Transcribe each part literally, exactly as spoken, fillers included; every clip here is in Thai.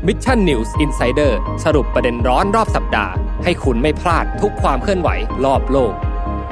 Mission News Insider สรุปประเด็นร้อนรอบสัปดาห์ให้คุณไม่พลาดทุกความเคลื่อนไหวรอบโลก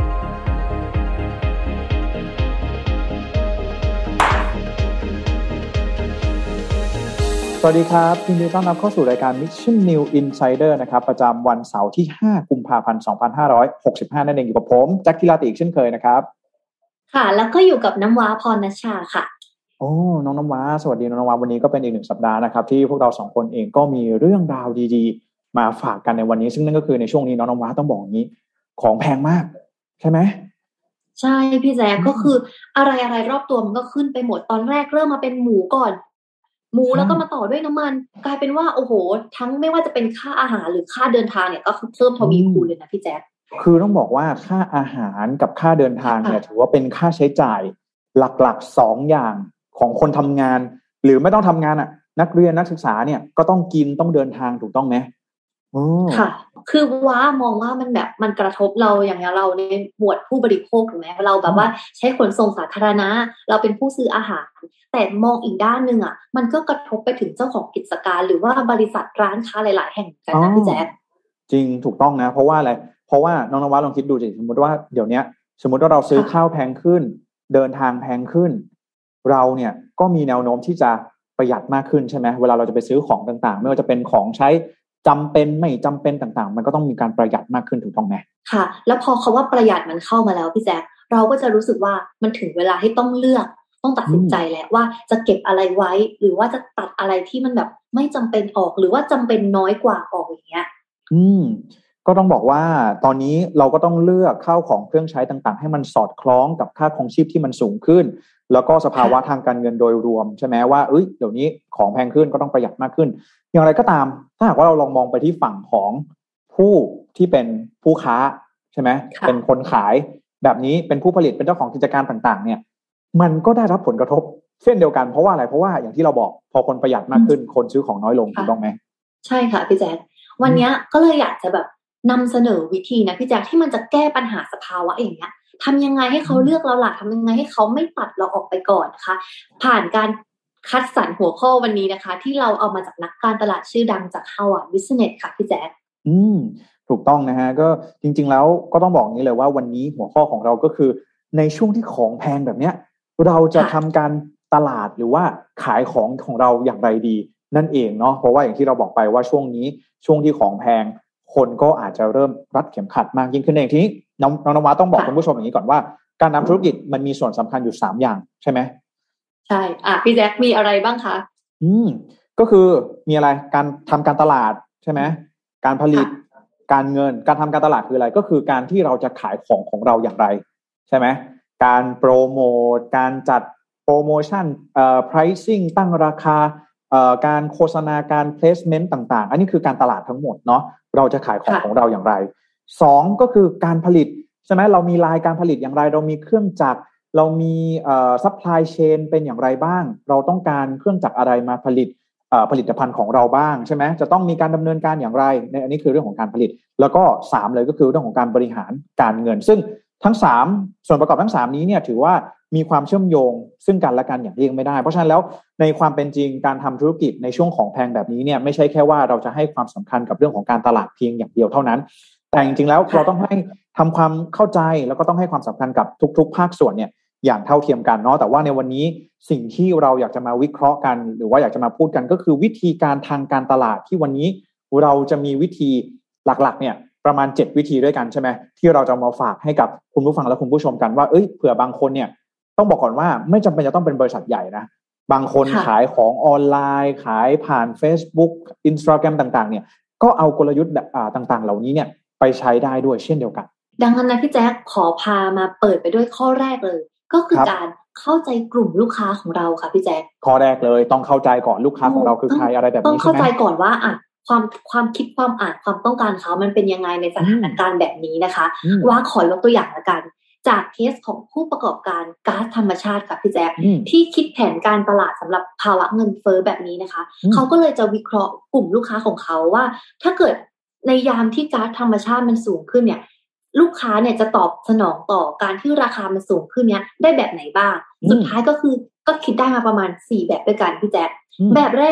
สวัสดีครับยินดีต้อนรับเข้าสู่รายการ Mission News Insider นะครับประจำวันเสาร์ที่ห้ากุมภาพันธ์สองพันห้าร้อยหกสิบห้านั่นเองอยู่กับผมแจ็คกีฬาติอีกเช่นเคยนะครับค่ะแล้วก็อยู่กับน้ำว้าพรณชชาค่ะโอ้น้องน้ำว้าสวัสดีน้องน้ำว้าวันนี้ก็เป็นอีกหนึ่งสัปดาห์นะครับที่พวกเราสองคนเองก็มีเรื่องราวดีๆมาฝากกันในวันนี้ซึ่งนั่นก็คือในช่วงนี้น้องน้ำว้าต้องบอกอย่างนี้ของแพงมากใช่ไหมใช่พี่แจ๊คก็คืออะไรอะไรรอบตัวมันก็ขึ้นไปหมดตอนแรกเริ่มมาเป็นหมูก่อนหมูแล้วก็มาต่อด้วยน้ำมันกลายเป็นว่าโอ้โหทั้งไม่ว่าจะเป็นค่าอาหารหรือค่าเดินทางเนี่ยก็เพิ่มทวีคูณเลยนะพี่แจ๊คคือต้องบอกว่าค่าอาหารกับค่าเดินทางเนี่ยถือว่าเป็นค่าใช้จ่ายหลักๆสองอย่างของคนทำงานหรือไม่ต้องทำงานอ่ะนักเรียนนักศึกษาเนี่ยก็ต้องกินต้องเดินทางถูกต้องไหมค่ะคือว่ามองว่ามันแบบมันกระทบเราอย่างเราในหมวดผู้บริโภคถูกไหมเราแบบว่าใช้ขนส่งสาธารณะเราเป็นผู้ซื้ออาหารแต่มองอีกด้านนึงอ่ะมันก็กระทบไปถึงเจ้าของกิจการหรือว่าบริษัทร้านค้าหลายๆแห่งกันนะพี่แจ๊คจริงถูกต้องนะเพราะว่าอะไรเพราะว่าน้องนวัดลองคิดดูสิสมมติว่าเดี๋ยวนี้สมมติว่าเราซื้อข้าวแพงขึ้นเดินทางแพงขึ้นเราเนี่ยก็มีแนวโน้มที่จะประหยัดมากขึ้นใช่ไหมเวลาเราจะไปซื้อของต่างๆไม่ว่าจะเป็นของใช้จำเป็นไม่จำเป็นต่างๆมันก็ต้องมีการประหยัดมากขึ้นถูกต้องไหมค่ะแล้วพอคำว่าประหยัดมันเข้ามาแล้วพี่แจ๊คเราก็จะรู้สึกว่ามันถึงเวลาที่ต้องเลือกต้องตัดสินใจแล้วว่าจะเก็บอะไรไว้หรือว่าจะตัดอะไรที่มันแบบไม่จำเป็นออกหรือว่าจำเป็นน้อยกว่าออกอย่างเงี้ยอืมก็ต้องบอกว่าตอนนี้เราก็ต้องเลือกข้าวของเครื่องใช้ต่างๆให้มันสอดคล้องกับค่าครองชีพที่มันสูงขึ้นแล้วก็สภาวะทางการเงินโดยรวมใช่ไหมว่าเอ้ยเดี๋ยวนี้ของแพงขึ้นก็ต้องประหยัดมากขึ้นอย่างไรก็ตามถ้าหากว่าเราลองมองไปที่ฝั่งของผู้ที่เป็นผู้ค้าใช่ไหมเป็นคนขายแบบนี้เป็นผู้ผลิตเป็นเจ้าของกิจการต่างๆเนี่ยมันก็ได้รับผลกระทบเช่นเดียวกันเพราะว่าอะไรเพราะว่าอย่างที่เราบอกพอคนประหยัดมากขึ้นคนซื้อของน้อยลงถูกต้องไหมใช่ค่ะพี่แจ๊ควันนี้ก็เลยอยากจะแบบนำเสนอวิธีนะพี่แจ๊คที่มันจะแก้ปัญหาสภาวะอย่างเงี้ยทำยังไงให้เขาเลือกเราล่ะทำยังไงให้เขาไม่ตัดเราออกไปก่อนนะคะผ่านการคัดสรรหัวข้อวันนี้นะคะที่เราเอามาจากนักการตลาดชื่อดังจาก Harvard Business ค่ะพี่แจ๊คอืมถูกต้องนะฮะก็จริงๆแล้วก็ต้องบอกนี้เลยว่าวันนี้หัวข้อของเราก็คือในช่วงที่ของแพงแบบเนี้ยเราจะทำการตลาดหรือว่าขายของของเราอย่างไรดีนั่นเองเนาะเพราะว่าอย่างที่เราบอกไปว่าช่วงนี้ช่วงที่ของแพงคนก็อาจจะเริ่มรัดเข็มขัดมากยิ่งขึ้นเองทีนี้น้องน้องนวัดต้องบอกคุณผู้ชมอย่างนี้ก่อนว่าการทำธุรกิจมันมีส่วนสำคัญอยู่สามอย่างใช่ไหมใช่อ่ะพี่แจ๊คมีอะไรบ้างคะอืมก็คือมีอะไรการทำการตลาดใช่ไหมการผลิตการเงินการทำการตลาดคืออะไรก็คือการที่เราจะขายของของเราอย่างไรใช่ไหมการโปรโมทการจัดโปรโมชั่นเอ่อ pricing ตั้งราคาเอ่อการโฆษณาการ placement ต่างๆอันนี้คือการตลาดทั้งหมดเนาะเราจะขายของของเราอย่างไรสองก็คือการผลิตใช่ไหมเรามีลายการผลิตอย่างไรเรามีเครื่องจักรเรามีเอ่อ supply chain เป็นอย่างไรบ้างเราต้องการเครื่องจักรอะไรมาผลิตเอ่อผลิตภัณฑ์ของเราบ้างใช่ไหมจะต้องมีการดำเนินการอย่างไรในอันนี้คือเรื่องของการผลิตแล้วก็สามเลยก็คือเรื่องของการบริหารการเงินซึ่งทั้งสามส่วนประกอบทั้งสามนี้เนี่ยถือว่ามีความเชื่อมโยงซึ่งกันและกันอย่างเลี่ยงไม่ได้เพราะฉะนั้นแล้วในความเป็นจริงการทำธุรกิจในช่วงของแพงแบบนี้เนี่ยไม่ใช่แค่ว่าเราจะให้ความสำคัญกับเรื่องของการตลาดเพียงอย่างเดียวเท่านั้นแต่จริงๆแล้วเราต้องให้ทำความเข้าใจแล้วก็ต้องให้ความสำคัญกับทุกๆภาคส่วนเนี่ยอย่างเท่าเทียมกันเนาะแต่ว่าในวันนี้สิ่งที่เราอยากจะมาวิเคราะห์กันหรือว่าอยากจะมาพูดกันก็คือวิธีการทางการตลาดที่วันนี้เราจะมีวิธีหลักๆเนี่ยประมาณเจ็ดวิธีด้วยกันใช่ไหมที่เราจะมาฝากให้กับคุณผู้ฟังและคุณผู้ชมกันว่าเอ้ยเผื่อบางคนเนี่ยต้องบอกก่อนว่าไม่จำเป็นจะต้องเป็นบริษัทใหญ่นะบางคนขายของออนไลน์ขายผ่าน Facebook Instagram ต่างๆเนี่ยก็เอากลยุทธ์ต่างๆเหล่านี้เนี่ยไปใช้ได้ด้วยเช่นเดียวกันดังนั้นนะพี่แจ๊คขอพามาเปิดไปด้วยข้อแรกเลยก็คือการเข้าใจกลุ่มลูกค้าของเราค่ะพี่แจ๊คข้อแรกเลยต้องเข้าใจก่อนลูกค้าของเราคือใครอะไรแบบนี้ต้องเข้าใจก่อนว่าอ่ะความความคิดความอ่านความต้องการเขามันเป็นยังไงในสถานการณ์แบบนี้นะคะว่าขอยกตัวอย่างละกันจากเคสของผู้ประกอบการก๊าซธรรมชาติค่ะพี่แจ๊คที่คิดแผนการตลาดสำหรับภาวะเงินเฟ้อแบบนี้นะคะเขาก็เลยจะวิเคราะห์กลุ่มลูกค้าของเขาว่าถ้าเกิดในยามที่ก๊าซธรรมชาติมันสูงขึ้นเนี่ยลูกค้าเนี่ยจะตอบสนองต่อการที่ราคามันสูงขึ้นเนี้ยได้แบบไหนบ้างสุดท้ายก็คือก็คิดได้มาประมาณสี่แบบด้วยกันพี่แจ๊คแบบแรก เมื่อ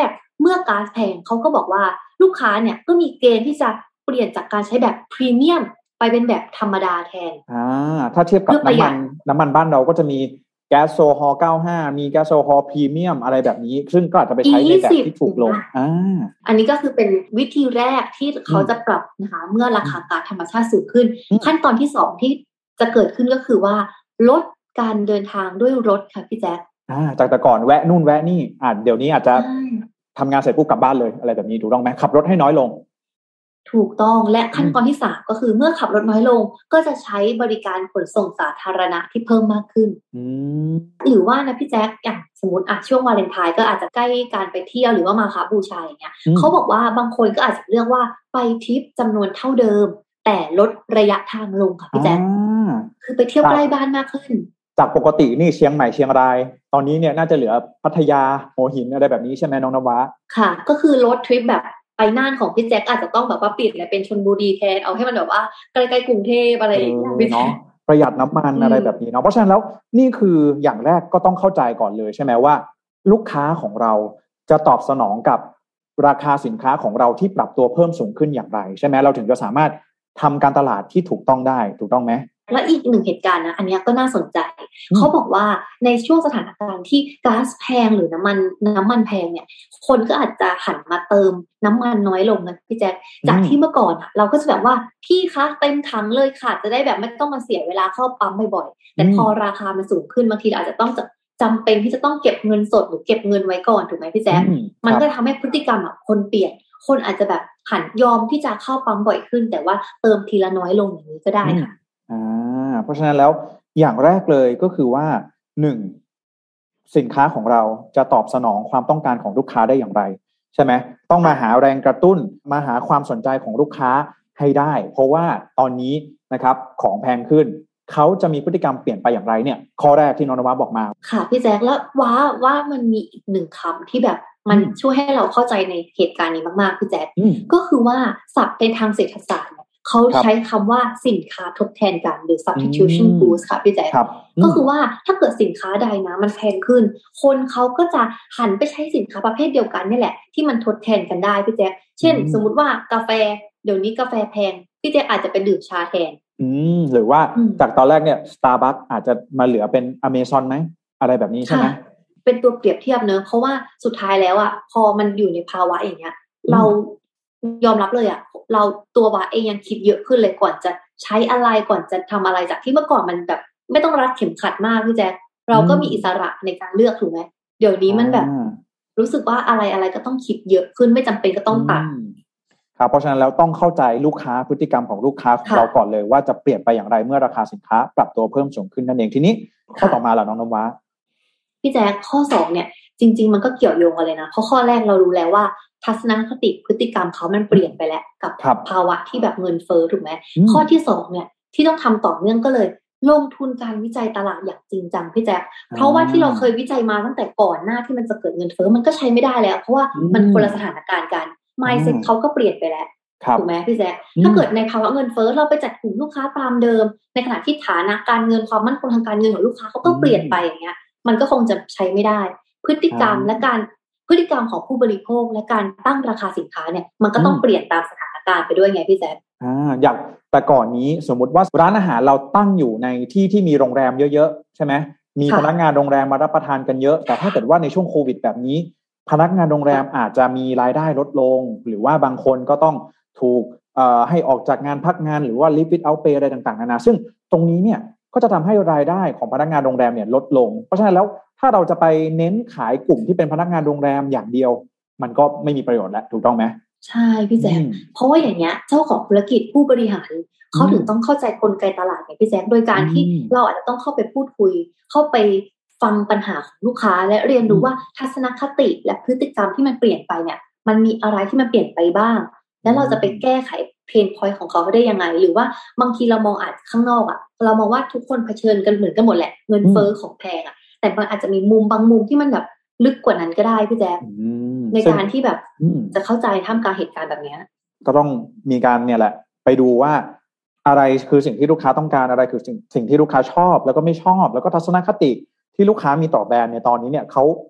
มื่อก๊าซแพงเขาก็บอกว่าลูกค้าเนี่ยก็มีเกณฑ์ที่จะเปลี่ยนจากการใช้แบบพรีเมียมไปเป็นแบบธรรมดาแทนอ่าถ้าเทียบกับน้ำมันน้ำมันบ้านเราก็จะมีแก๊สโซฮอล์เก้าสิบห้ามีแก๊สโซฮอล์พรีเมียมอะไรแบบนี้ซึ่งก็อาจจะไปใช้ในแบบที่ถูกลงอ่าอันนี้ก็คือเป็นวิธีแรกที่เขาจะปรับนะคะเมื่อราคาก๊าซธรรมชาติสูงขึ้นขั้นตอนที่สองที่จะเกิดขึ้นก็คือว่าลดการเดินทางด้วยรถค่ะพี่แจ๊คอ่าจากแต่ก่อนแวะนู่นแวะนี่อ่าเดี๋ยวนี้อาจจะทำงานเสร็จปุ๊บกลับบ้านเลยอะไรแบบนี้ถูกต้องไหมขับรถให้น้อยลงถูกต้องและขั้นตอนที่สามก็คือเมื่อขับรถน้อยลงก็จะใช้บริการขนส่งสาธารณะที่เพิ่มมากขึ้นหรือว่านะพี่แจ๊คอย่างสมมติอ่ะช่วงวาเลนไทน์ก็อาจจะใกล้การไปเที่ยวหรือว่ามาฆบูชาอย่างเงี้ยเขาบอกว่าบางคนก็อาจจะเลือกว่าไปทริปจำนวนเท่าเดิมแต่ลดระยะทางลงค่ะพี่แจ๊คคือไปเที่ยวใกล้บ้านมากขึ้นจากปกตินี่เชียงใหม่เชียงรายตอนนี้เนี่ยน่าจะเหลือพัทยาหัวหินอะไรแบบนี้ใช่ไหมน้องนวะค่ะก็คือลดทริปแบบไปน่านของพี่แจ็คอาจจะต้องแบบว่าเปลี่ยนเลยเป็นชลบุรีแทนเอาให้มันแบบว่าใกล้ๆกรุงเทพอะไรอย่างเงี้ยเนาะประหยัดน้ำมันอะไรแบบนี้เนาะเพราะฉะนั้นแล้วนี่คืออย่างแรกก็ต้องเข้าใจก่อนเลยใช่ไหมว่าลูกค้าของเราจะตอบสนองกับราคาสินค้าของเราที่ปรับตัวเพิ่มสูงขึ้นอย่างไรใช่ไหมเราถึงจะสามารถทำการตลาดที่ถูกต้องได้ถูกต้องไหมและอีกหนึ่งเหตุการณ์นะอันนี้ก็น่าสนใจเขาบอกว่าในช่วงสถานการณ์ที่ก๊าซแพงหรือน้ำมันน้ำมันแพงเนี่ยคนก็อาจจะหันมาเติมน้ำมันน้อยลงนะพี่แจ๊คจากที่เมื่อก่อนเราก็จะแบบว่าพี่คะเต็มถังเลยค่ะจะได้แบบไม่ต้องมาเสียเวลาเข้าปั๊มบ่อยๆแต่พอราคามันสูงขึ้นบางทีอาจจะต้องจำเป็นที่จะต้องเก็บเงินสดหรือเก็บเงินไว้ก่อนถูกไหมพี่แจ๊คมันก็ทำให้พฤติกรรมคนเปลี่ยนคนอาจจะแบบหันยอมที่จะเข้าปั๊มบ่อยขึ้นแต่ว่าเติมทีละน้อยลงอย่างนี้ก็ได้ค่ะอ่าเพราะฉะนั้นแล้วอย่างแรกเลยก็คือว่าหนึ่งสินค้าของเราจะตอบสนองความต้องการของลูกค้าได้อย่างไรใช่ไหมต้องมาหาแรงกระตุ้นมาหาความสนใจของลูกค้าให้ได้เพราะว่าตอนนี้นะครับของแพงขึ้นเขาจะมีพฤติกรรมเปลี่ยนไปอย่างไรเนี่ยข้อแรกที่น้องนวาบอกมาค่ะพี่แจ๊คแล้วว่าว่ามันมีอีกหนึ่งคำที่แบบมันช่วยให้เราเข้าใจในเหตุการณ์นี้มากๆพี่แจ๊คก็คือว่าศัพท์ในทางเศรษฐศาสตร์เขาใช้คำว่าสินค้าทดแทนกันหรือ substitution goods ค่ะพี่แจ๊คก็คือว่าถ้าเกิดสินค้าใดนะมันแพงขึ้นคนเขาก็จะหันไปใช้สินค้าประเภทเดียวกันนี่แหละที่มันทดแทนกันได้พี่แจ๊คเช่นสมมุติว่ากาแฟเดี๋ยวนี้กาแฟแพงพี่แจ๊คอาจจะเป็นดื่มชาแทนอืมหรือว่าจากตอนแรกเนี่ย Starbucks อาจจะมาเหลือเป็น Amazon ไหมอะไรแบบนี้ใช่ไหมเป็นตัวเปรียบเทียบเนอะเพราะว่าสุดท้ายแล้วอ่ะพอมันอยู่ในภาวะอย่างเงี้ยเรายอมรับเลยอ่ะเราตัววาเองยังคิดเยอะขึ้นเลยก่อนจะใช้อะไรก่อนจะทำอะไรจากที่เมื่อก่อนมันแบบไม่ต้องรัดเข็มขัดมากพี่แจ๊คเราก็มีอิสระในการเลือกถูกไหมเดี๋ยวนี้มันแบบรู้สึกว่าอะไรอะไรก็ต้องคิดเยอะขึ้นไม่จำเป็นก็ต้องตัดครับเพราะฉะนั้นแล้วต้องเข้าใจลูกค้าพฤติกรรมของลูกค้าของเราก่อนเลยว่าจะเปลี่ยนไปอย่างไรเมื่อราคาสินค้าปรับตัวเพิ่มสูงขึ้นนั่นเองทีนี้ข้อต่อมาล่ะน้องน้ำว้าพี่แจ๊คข้อสองเนี่ยจริงๆมันก็เกี่ยวโยงกันเลยนะเพราะข้อแรกเรารู้แล้วว่าทัศนคติพฤติกรรมเขามันเปลี่ยนไปแล้วกับภาวะที่แบบเงินเฟ้อถูกไหมข้อที่สองเนี่ยที่ต้องทำต่อเนื่องก็เลยลงทุนการวิจัยตลาดอย่างจริงจังพี่แจ๊คเพราะว่าที่เราเคยวิจัยมาตั้งแต่ก่อนหน้าที่มันจะเกิดเงินเฟ้อมันก็ใช้ไม่ได้แล้วเพราะว่ามันคนละสถานการณ์กัน mindset เขาก็เปลี่ยนไปแล้วถูกไหมพี่แจ๊คถ้าเกิดในภาวะเงินเฟ้อเราไปจัดกลุ่มลูกค้าตามเดิมในขณะที่ฐานะการเงินความมั่นคงทางการเงินของลูกค้าเขาก็เปลี่ยนไปอย่างเงี้ยมันก็คงจะใช้ไม่ได้พฤติกรรมและการพฤติกรรมของผู้บริโภคและการตั้งราคาสินค้าเนี่ยมันก็ต้องเปลี่ยนตามสถานการณ์ไปด้วยไงพี่แจ๊คอ่าอย่างแต่ก่อนนี้สมมติว่าร้านอาหารเราตั้งอยู่ในที่ที่มีโรงแรมเยอะๆใช่ไหมมีพนักงานโรงแรมมารับประทานกันเยอะแต่ถ้าเกิดว่าในช่วงโควิดแบบนี้พนักงานโรงแรมอาจจะมีรายได้ลดลงหรือว่าบางคนก็ต้องถูกเอ่อให้ออกจากงานพักงานหรือว่า live without pay อะไรต่างๆนานาซึ่งตรงนี้เนี่ยก็จะทำให้รายได้ของพนักงานโรงแรมเนี่ยลดลงเพราะฉะนั้นแล้วถ้าเราจะไปเน้นขายกลุ่มที่เป็นพนักงานโรงแรมอย่างเดียวมันก็ไม่มีประโยชน์แล้วถูกต้องไหมใช่พี่แจ๊คเพราะว่าอย่างเงี้ยเจ้าของธุรกิจผู้บริหารเขาถึงต้องเข้าใจกลไกตลาดไงพี่แจ๊คโดยการที่เราอาจจะต้องเข้าไปพูดคุยเข้าไปฟังปัญหาของลูกค้าและเรียนรู้ว่าทัศนคติและพฤติกรรมที่มันเปลี่ยนไปเนี่ยมันมีอะไรที่มันเปลี่ยนไปบ้างแล้วเราจะไปแก้ไขเพนพอยต์ของเขาได้ยังไงหรือว่าบางทีเรามองอาจข้างนอกอ่ะเรามองว่าทุกคนเผชิญกันเหมือนกันหมดแหละเงินเฟ้อของแพงอ่ะแต่มันอาจจะมีมุมบางมุมที่มันแบบลึกกว่านั้นก็ได้พี่แจ๊คในการที่แบบจะเข้าใจท่ามกลางเหตุการณ์แบบนี้ก็ต้องมีการเนี่ยแหละไปดูว่าอะไรคือสิ่งที่ลูกค้าต้องการอะไรคือสิ่งสิ่งที่ลูกค้าชอบแล้วก็ไม่ชอบแล้วก็ทัศนคติที่ลูกค้ามีต่อแบรนด์ในตอนนี้เนี่ยเขา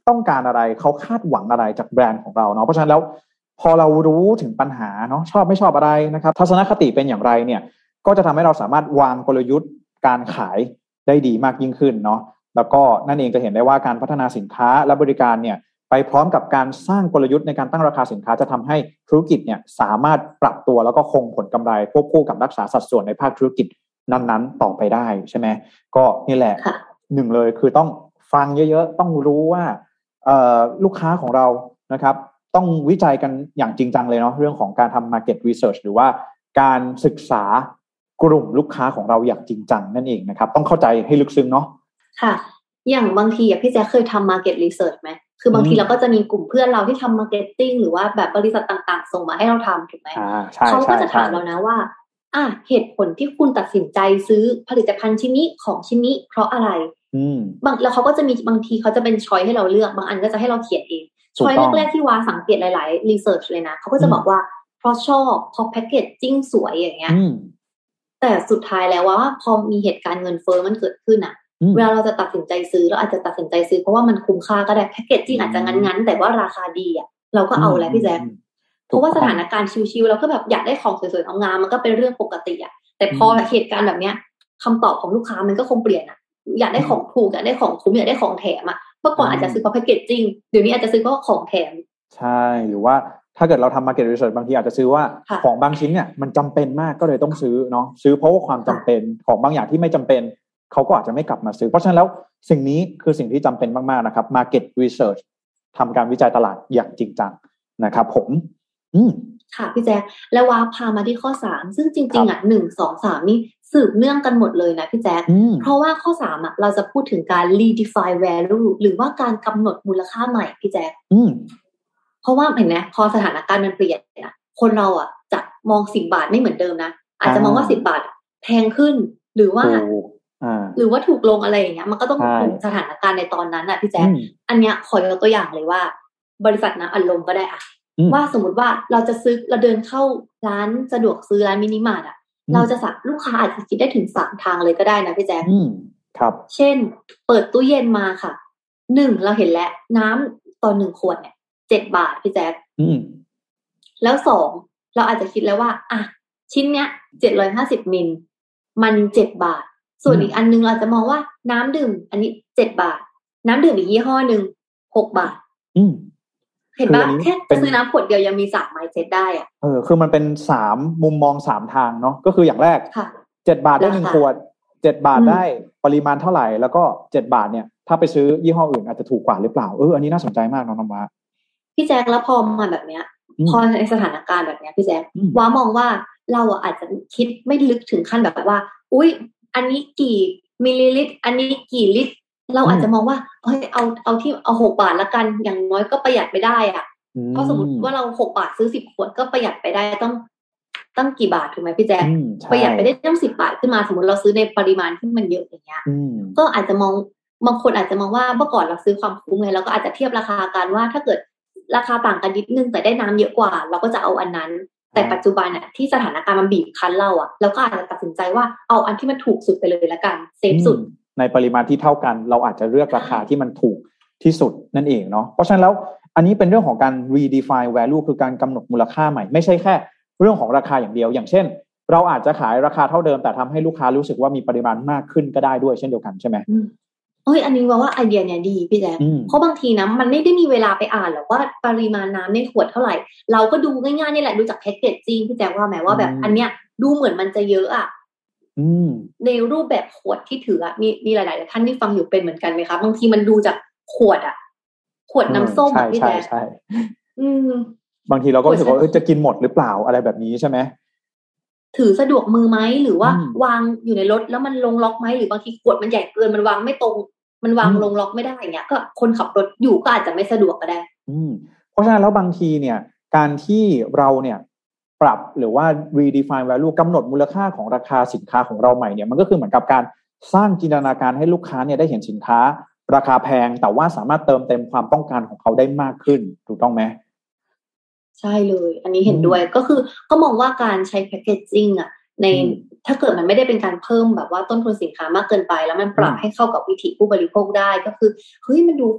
ต้องการอะไรเขาคาดหวังอะไรจากแบรนด์ของเราเนาะเพราะฉะนั้นแล้วพอเรารู้ถึงปัญหาเนาะชอบไม่ชอบอะไรนะครับทัศนคติเป็นอย่างไรเนี่ยก็จะทำให้เราสามารถวางกลยุทธ์การขายได้ดีมากยิ่งขึ้นเนาะแล้วก็นั่นเองจะเห็นได้ว่าการพัฒนาสินค้าและบริการเนี่ยไปพร้อมกับการสร้างกลยุทธ์ในการตั้งราคาสินค้าจะทำให้ธุรกิจเนี่ยสามารถปรับตัวแล้วก็คงผลกำไรควบคู่กับรักษาสัดส่วนในภาคธุรกิจนั้นๆต่อไปได้ใช่ไหมก็นี่แหละหนึ่งเลยคือต้องฟังเยอะๆต้องรู้ว่าลูกค้าของเรานะครับต้องวิจัยกันอย่างจริงจังเลยเนาะเรื่องของการทำ market research หรือว่าการศึกษากลุ่มลูกค้าของเราอย่างจริงจังนั่นเองนะครับต้องเข้าใจให้ลึกซึ้งเนาะค่ะอย่างบางทีอ่ะพี่แจ๊คเคยทำ market research ไหมคือบางทีเราก็จะมีกลุ่มเพื่อนเราที่ทำ marketing หรือว่าแบบบริษัทต่างๆส่งมาให้เราทำถูกไหมเขาก็จะถามเรานะว่าอ่ะเหตุผลที่คุณตัดสินใจซื้อผลิตภัณฑ์ชิ้นนี้ของชิ้นนี้เพราะอะไรบางแล้วเขาก็จะมีบางทีเขาจะเป็นช้อยให้เราเลือกบางอันก็จะให้เราเขียนเองช้อยแรกๆที่วาสังเกตหลายๆ research เลยนะเขาก็จะบอกว่าเพราะชอบเพราะแพคเกจจิ้งสวยอย่างเงี้ยแต่สุดท้ายแล้วว่าพอมีเหตุการณ์เงินเฟ้อมันเกิดขึ้นอ่ะเวลาเราจะตัดสินใจซื้อเราอาจจะตัดสินใจซื้อเพราะว่ามันคุ้มค่าก็ได้แพคเกจจิ้งอาจจะงั้นๆแต่ว่าราคาดีอ่ะเราก็เอาแล้วพี่แจ๊คเพราะว่าสถานการณ์ชิวๆเราก็แบบอยากได้ของสวยๆงามๆมันก็เป็นเรื่องปกติอ่ะแต่พอเหตุการณ์แบบเนี้ยคำตอบของลูกค้ามันก็คงเปลี่ยนอ่ะอยากได้ของถูกอยากได้ของคุ้มอยากได้ของแถมอ่ะเมื่อก่อนอาจจะซื้อเพราะแพคเกจจิ้งเดี๋ยวนี้อาจจะซื้อเพราะของแถมใช่หรือว่าถ้าเกิดเราทำ market research บางทีอาจจะซื้อว่าของบางชิ้นเนี่ยมันจำเป็นมากก็เลยต้องซื้อเนาะซื้อเพราะว่าความจำเป็นของบางอย่างที่ไม่จำเป็นเขาก็อาจจะไม่กลับมาซื้อเพราะฉะนั้นแล้วสิ่งนี้คือสิ่งที่จำเป็นมากๆนะครับ market research ทำการวิจัยตลาดอย่างจริงจังนะครับผมอืมค่ะพี่แจ๊คแล้วว่าพามาที่ข้อสามซึ่งจริงๆอ่ะหนึ่ง สอง สามนี่สืบเนื่องกันหมดเลยนะพี่แจ๊คเพราะว่าข้อสามอ่ะเราจะพูดถึงการ redefine value หรือว่าการกำหนดมูลค่าใหม่พี่แจ๊คเพราะว่าเห็นไหมพอสถานการณ์มันเปลี่ยนนะคนเราอ่ะจะมองสิบบาทไม่เหมือนเดิมนะอาจจะมองว่าสิบบาทแพงขึ้นหรือว่าหรือว่าถูกลงอะไรอย่างเงี้ยมันก็ต้องถูกสถานการณ์ในตอนนั้นน่ะพี่แจ๊คอันเนี้ยขอยกตัวอย่างเลยว่าบริษัทน้ำอัดลมก็ได้อ่ะว่าสมมติว่าเราจะซื้อเราเดินเข้าร้านสะดวกซื้อร้านมินิมาร์ทอ่ะเราจะสั่งลูกค้าอาจจะคิดได้ถึงสามทางเลยก็ได้นะพี่แจ๊คครับเช่นเปิดตู้เย็นมาค่ะหนึ่งเราเห็นแล้วน้ำต่อหนึ่งขวดเนี่ยเจ็ดบาทพี่แจ๊คแล้วสองเราอาจจะคิดแล้วว่าอ่ะชิ้นเนี้ยเจ็ดร้อยห้าสิบมิลมันเจ็ดบาทส่วนอีกอันนึงเราจะมองว่าน้ำดื่มอันนี้เจ็ดบาทน้ำดื่มอีกยี่ห้อนึงหกบาทเห็นปะแค่ซื้อน้ำขวดเดียวยังมีสามไมล์เซ็ตได้อ่ะเออคือมันเป็นสามมุมมองสามทางเนาะก็คืออย่างแรกเจ็ดบาทได้หนึ่งขวดเจ็ดบาทได้ปริมาณเท่าไหร่แล้วก็เจ็ดบาทเนี่ยถ้าไปซื้อยี่ห้ออื่นอาจจะถูกกว่าหรือเปล่าเอออันนี้น่าสนใจมากน้องน้ำว้าพี่แจ๊คแล้วพอมาแบบเนี้ยพอในสถานการณ์แบบเนี้ยพี่แจ๊คว้ามองว่าเราอ่ะอาจจะคิดไม่ลึกถึงขั้นแบบว่าอุ๊ยอันนี้กี่มิลลิลิตรอันนี้กี่ลิตรเราอาจจะมองว่าเฮ้ยเอาเอาที่เอาหกบาทละกันอย่างน้อยก็ประหยัดไปได้อ่ะเพราะสมมติว่าเราหกบาทซื้อสิบขวดก็ประหยัดไปได้ต้องตั้งกี่บาทถูกไหมพี่แจ๊คประหยัดไปได้ตั้งสิบบาทขึ้นมาสมมติเราซื้อในปริมาณที่มันเยอะอย่างเงี้ยก็อาจจะมองบางคนอาจจะมองว่าเมื่อก่อนเราซื้อความคุ้มไงเราก็อาจจะเทียบราคากันว่าถ้าเกิดราคาต่างกันนิดนึงแต่ได้น้ำเยอะกว่าเราก็จะเอาอันนั้นแต่ปัจจุบันน่ะที่สถานการณ์มันบีบคั้นเราอ่ะเราก็อาจจะตัดสินใจว่าเอาอันที่มันถูกสุดไปเลยละกันเซฟสุดในปริมาณที่เท่ากันเราอาจจะเลือกราคาที่มันถูกที่สุดนั่นเองเนาะเพราะฉะนั้นแล้วอันนี้เป็นเรื่องของการ redefine value คือการกำหนดมูลค่าใหม่ไม่ใช่แค่เรื่องของราคาอย่างเดียวอย่างเช่นเราอาจจะขายราคาเท่าเดิมแต่ทำให้ลูกค้ารู้สึกว่ามีปริมาณมากขึ้นก็ได้ด้วยเช่นเดียวกันใช่ไหมเอ้ยอันนี้ว่าว่าไอเดียเนี่ยดีพี่แจ๊คเพราะบางทีนะมันไม่ได้มีเวลาไปอ่านหรอกว่าปริมาณน้ำในขวดเท่าไหร่เราก็ดูง่ายๆนี่แหละดูจากแพ็คเกจจิ้งพี่แจ๊คว่าแม้ว่าแบบอันเนี้ยดูเหมือนมันจะเยอะอ่ะในรูปแบบขวดที่ถืออ่ะมีมีหลายๆท่านที่ฟังอยู่เป็นเหมือนกันไหมคะบางทีมันดูจากขวดอ่ะขวดน้ำส้มอ่ะพี่แจ๊คบางทีเราก็รู้สึกว่าเออจะกินหมดหรือเปล่าอะไรแบบนี้ใช่ไหมถือสะดวกมือไหมหรือว่าวางอยู่ในรถแล้วมันลงล็อกไหมหรือบางทีขวดมันใหญ่เกินมันวางไม่ตรงมันวางลงล็อกไม่ได้อย่างเงี้ยก็คนขับรถอยู่ก็อาจจะไม่สะดวกก็ได้เพราะฉะนั้นแล้วบางทีเนี่ยการที่เราเนี่ยปรับหรือว่า redefine value กำหนดมูลค่าของราคาสินค้าของเราใหม่เนี่ยมันก็คือเหมือนกับการสร้างจินตนาการให้ลูกค้าเนี่ยได้เห็นสินค้าราคาแพงแต่ว่าสามารถเติมเต็มความต้องการของเขาได้มากขึ้นถูกต้องไหมใช่เลยอันนี้เห็นด้วยก็คือก็มองว่าการใช้แพคเกจจิ้งอ่ะในถ้าเกิดมันไม่ได้เป็นการเพิ่มแบบว่าต้นทุนสินค้ามากเกินไปแล้วมันปรับให้เข้ากับวิถีผู้บริโภคได้ก็คือเฮ้ยมันดู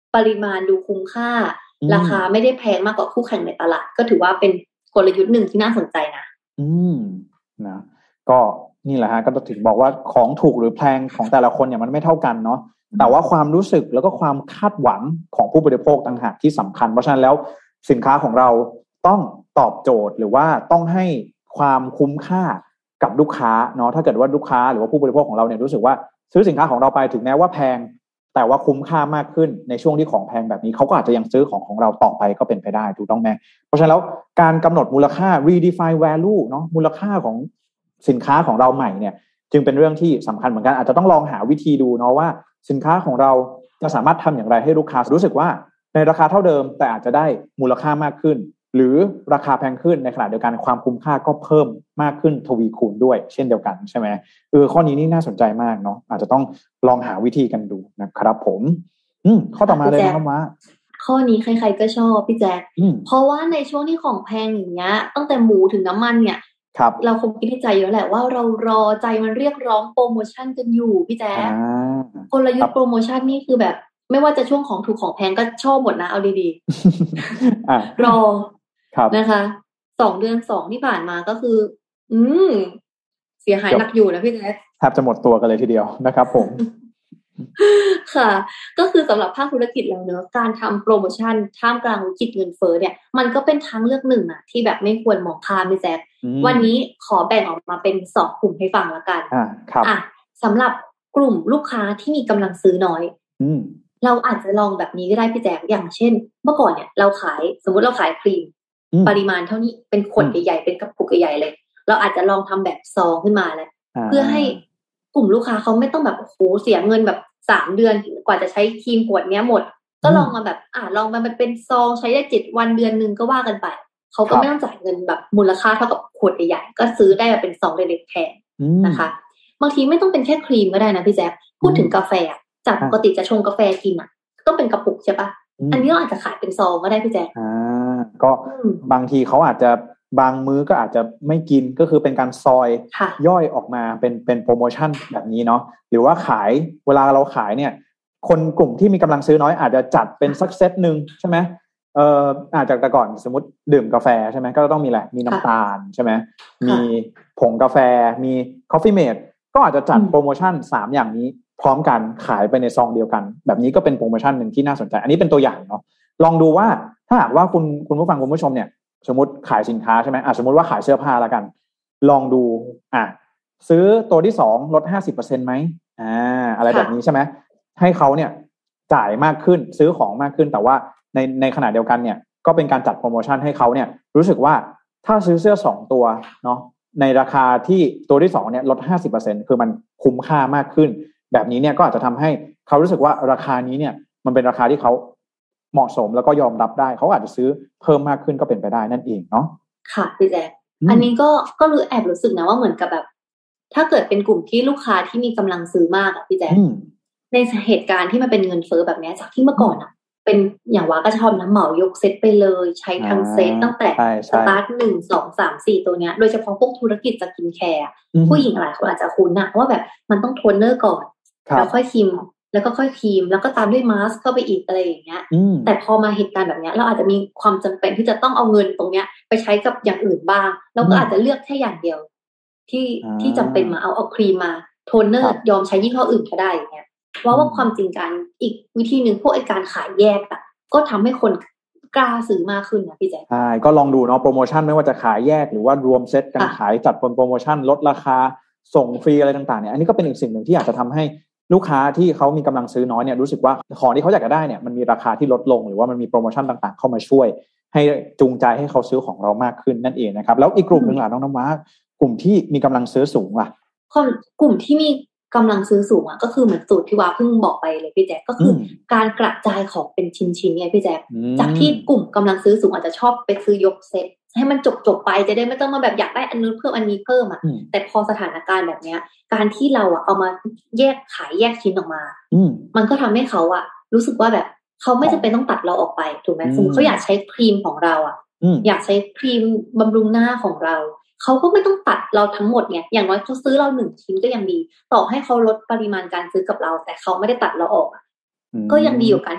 ปริมาณดูคุ้มค่าราคาไม่ได้แพงมากกว่าคู่แข่งในตลาดก็ถือว่าเป็นกลยุทธ์หนึ่งที่น่าสนใจนะอืมนะก็นี่แหละฮะก็ถึงบอกว่าของถูกหรือแพงของแต่ละคนเนี่ยมันไม่เท่ากันเนาะแต่ว่าความรู้สึกแล้วก็ความคาดหวังของผู้บริโภคต่างหากที่สำคัญเพราะฉะนั้นแล้วสินค้าของเราต้องตอบโจทย์หรือว่าต้องให้ความคุ้มค่ากับลูกค้าเนาะถ้าเกิดว่าลูกค้าหรือว่าผู้บริโภคของเราเนี่ยรู้สึกว่าซื้อสินค้าของเราไปถึงแม้ว่าแพงแต่ว่าคุ้มค่ามากขึ้นในช่วงที่ของแพงแบบนี้เขาก็อาจจะยังซื้อของของเราต่อไปก็เป็นไปได้ถูกต้องไหมเพราะฉะนั้นแล้วการกำหนดมูลค่า redefine value เนาะมูลค่าของสินค้าของเราใหม่เนี่ยจึงเป็นเรื่องที่สำคัญเหมือนกันอาจจะต้องลองหาวิธีดูเนาะว่าสินค้าของเราจะสามารถทำอย่างไรให้ลูกค้ารู้สึกว่าในราคาเท่าเดิมแต่อาจจะได้มูลค่ามากขึ้นหรือราคาแพงขึ้นในขณะเดียวกันความคุ้มค่าก็เพิ่มมากขึ้นทวีคูณด้วยเช่นเดียวกันใช่ไหมเออข้อนี้นี่น่าสนใจมากเนาะอาจจะต้องลองหาวิธีกันดูนะครับผมอืมข้อต่อมาเลยนะครับว่าข้อนี้ใครๆก็ชอบพี่แจ๊คเพราะว่าในช่วงที่ของแพงอย่างเงี้ยตั้งแต่หมูถึงน้ำมันเนี่ยเราคงคิดในใจอยู่แล้วแหละว่าเรารอใจมันเรียกร้องโปรโมชั่นกันอยู่พี่แจ๊คกลยุทธ์โปรโมชั่นนี่คือแบบไม่ว่าจะช่วงของถูกของแพงก็ชอบหมดนะเอาดีๆรอนะคะสองเดือนสองที่ผ่านมาก็คืออืมเสียหายหนักอยู่นะพี่แจ๊คแทบจะหมดตัวกันเลยทีเดียวนะครับผมค่ะก็คือสำหรับภาคธุรกิจเราเนอะการทำโปรโมชั่นท่ามกลางวิกฤตเงินเฟ้อเนี่ยมันก็เป็นทางเลือกหนึ่งนะที่แบบไม่ควรมองข้ามพี่แจ๊ควันนี้ขอแบ่งออกมาเป็นสองกลุ่มให้ฟังละกันอ่าครับอ่ะสำหรับกลุ่มลูกค้าที่มีกำลังซื้อน้อยอืมเราอาจจะลองแบบนี้ก็ได้พี่แจ๊คอย่างเช่นเมื่อก่อนเนี่ยเราขายสมมติเราขายครีมปริมาณเท่านี้เป็นขวดใหญ่ๆเป็นกระปุกใหญ่ๆเลยเราอาจจะลองทำแบบซองขึ้นมาเลยเพื่อให้กลุ่มลูกค้าเขาไม่ต้องแบบโอ้โหเสียเงินแบบสามเดือนกว่าจะใช้ครีมขวดเนี้ยหมดก็ลองมาแบบอ่าลองมามันเป็นซองใช้ได้เจ็ดวันเดือนนึงก็ว่ากันไปเขาก็ไม่ต้องจ่ายเงินแบบมูลค่าเท่ากับขวดใหญ่ๆก็ซื้อได้มาเป็นซองเล็กๆแทนนะคะบางทีไม่ต้องเป็นแค่ครีมก็ได้นะพี่แจ๊คพูดถึงกาแฟจากปกติจะชงกาแฟกินอ่ะต้องเป็นกระปุกใช่ปะอันนี้เราอาจจะขายเป็นซองก็ได้พี่แจ๊คอ่าก็บางทีเขาอาจจะบางมื้อก็อาจจะไม่กินก็คือเป็นการซอยย่อยออกมาเป็นเป็นโปรโมชั่นแบบนี้เนาะหรือว่าขายเวลาเราขายเนี่ยคนกลุ่มที่มีกำลังซื้อน้อยอาจจะจัดเป็นสักเซตนึงใช่ไหมเอ่ออาจจะแต่ก่อนสมมติดื่มกาแฟใช่ไหมก็ต้องมีแหละมีน้ำตาลใช่ไหมมีผงกาแฟมีคอฟฟี่เมดก็อาจจะจัดโปรโมชั่นสามอย่างนี้พร้อมกันขายไปในซองเดียวกันแบบนี้ก็เป็นโปรโมชั่นหนึ่งที่น่าสนใจอันนี้เป็นตัวอย่างเนาะลองดูว่าถ้าหากว่าคุณคุณผู้ฟังคุณผู้ชมเนี่ยสมมติขายสินค้าใช่ไหมอ่ะสมมติว่าขายเสื้อผ้าแล้วกันลองดูอ่ะซื้อตัวที่สองลด ห้าสิบเปอร์เซ็นต์ ไหมอ่าอะไรแบบนี้ใช่ไหมให้เขาเนี่ยจ่ายมากขึ้นซื้อของมากขึ้นแต่ว่าในในขณะเดียวกันเนี่ยก็เป็นการจัดโปรโมชั่นให้เขาเนี่ยรู้สึกว่าถ้าซื้อเสื้อสองตัวเนาะในราคาที่ตัวที่สองเนี่ยลด ห้าสิบเปอร์เซ็นต์ คือมันคุ้มค่ามากขึ้นแบบนี้เนี่ยก็อาจจะทำให้เขารู้สึกว่าราคานี้เนี่ยมันเป็นราคาที่เขาเหมาะสมแล้วก็ยอมรับได้เขาอาจจะซื้อเพิ่มมากขึ้นก็เป็นไปได้นั่นเองเนาะค่ะพี่แจ๊คอันนี้ก็ก็รู้แอบรู้สึกนะว่าเหมือนกับแบบถ้าเกิดเป็นกลุ่มที่ลูกค้าที่มีกำลังซื้อมากอ่ะพี่แจ๊คในเหตุการณ์ที่มันเป็นเงินเฟ้อแบบนี้จากที่เมื่อก่อนอ่ะเป็นอย่างว่าก็ชอบน้ำเหมายกเซตไปเลยใช้ทั้งเซตตั้งแต่สตาร์ทหนึ่งสองสามสี่ตัวเนี้ยโดยเฉพาะพวกธุรกิจสกินแคร์ผู้หญิงหลายคนอาจจะคุ้นนะว่าแบบมันต้องโทนเนอร์ก่อนแล้วค่อยครีมแล้วก็ค่อยครีมแล้วก็ตามด้วยมาสก์เข้าไปอีกอะไรอย่างเงี้ยแต่พอมาเหตุการณ์แบบนี้เราอาจจะมีความจำเป็นที่จะต้องเอาเงินตรงเนี้ยไปใช้กับอย่างอื่นบ้างเราก็อาจจะเลือกแค่อย่างเดียวที่ที่จำเป็นมาเอาเอาครีมมาโทนเนอร์ยอมใช้ยี่ห้ออื่นก็ได้อย่างเงี้ยว่าว่าความจริงการอีกวิธีหนึ่งพวกไอการขายแยกอะก็ทำให้คนกล้าซื้อมากขึ้นนะพี่แจ๊คใช่ก็ลองดูเนาะโปรโมชั่นไม่ว่าจะขายแยกหรือว่ารวมเซตการขายจัดเป็นโปรโมชั่นลดราคาส่งฟรีอะไรต่างๆเนี่ยอันนี้ก็เป็นอีกสิ่งหนึ่งที่อาจจะทำให้ลูกค้าที่เขามีกำลังซื้อน้อยเนี่ยรู้สึกว่าของที่เขาอยากจะได้เนี่ยมันมีราคาที่ลดลงหรือว่ามันมีโปรโมชั่นต่างๆเข้ามาช่วยให้จูงใจให้เขาซื้อของเรามากขึ้นนั่นเองนะครับแล้วอีกกลุ่มนึงล่ะน้องน้ำว้ากลุ่มที่มีกำลังซื้อสูงล่ะกลุ่มที่มีกำลังซื้อสูงอ่ะก็คือเหมือนสูตรที่ว่าเพิ่งบอกไปเลยพี่แจ๊คก็คือการกระจายของเป็นชิ้นๆเนี่ยพี่แจ๊คจากที่กลุ่มกำลังซื้อสูงอาจจะชอบไปซื้อยกเซตให้มันจบๆไปจะได้ไม่ต้องมาแบบอยากได้อันนู้นเพิ่มอันนี้เพิ่มอ่ะแต่พอสถานการณ์แบบเนี้ยการที่เราอ่ะเอามาแยกขายแยกชิ้นออกมามันก็ทำให้เขาอ่ะรู้สึกว่าแบบเขาไม่จำเป็นต้องตัดเราออกไปถูกไหมสมมติเขาอยากใช้ครีมของเราอ่ะอยากใช้ครีมบำรุงหน้าของเราเขาก็ไม่ต้องตัดเราทั้งหมดไงอย่างน้อยเขาซื้อเราหนึ่งชิ้นก็ยังดีต่อให้เขาลดปริมาณการซื้อกับเราแต่เขาไม่ได้ตัดเราออกก็ยังดีกว่าการที่แบบ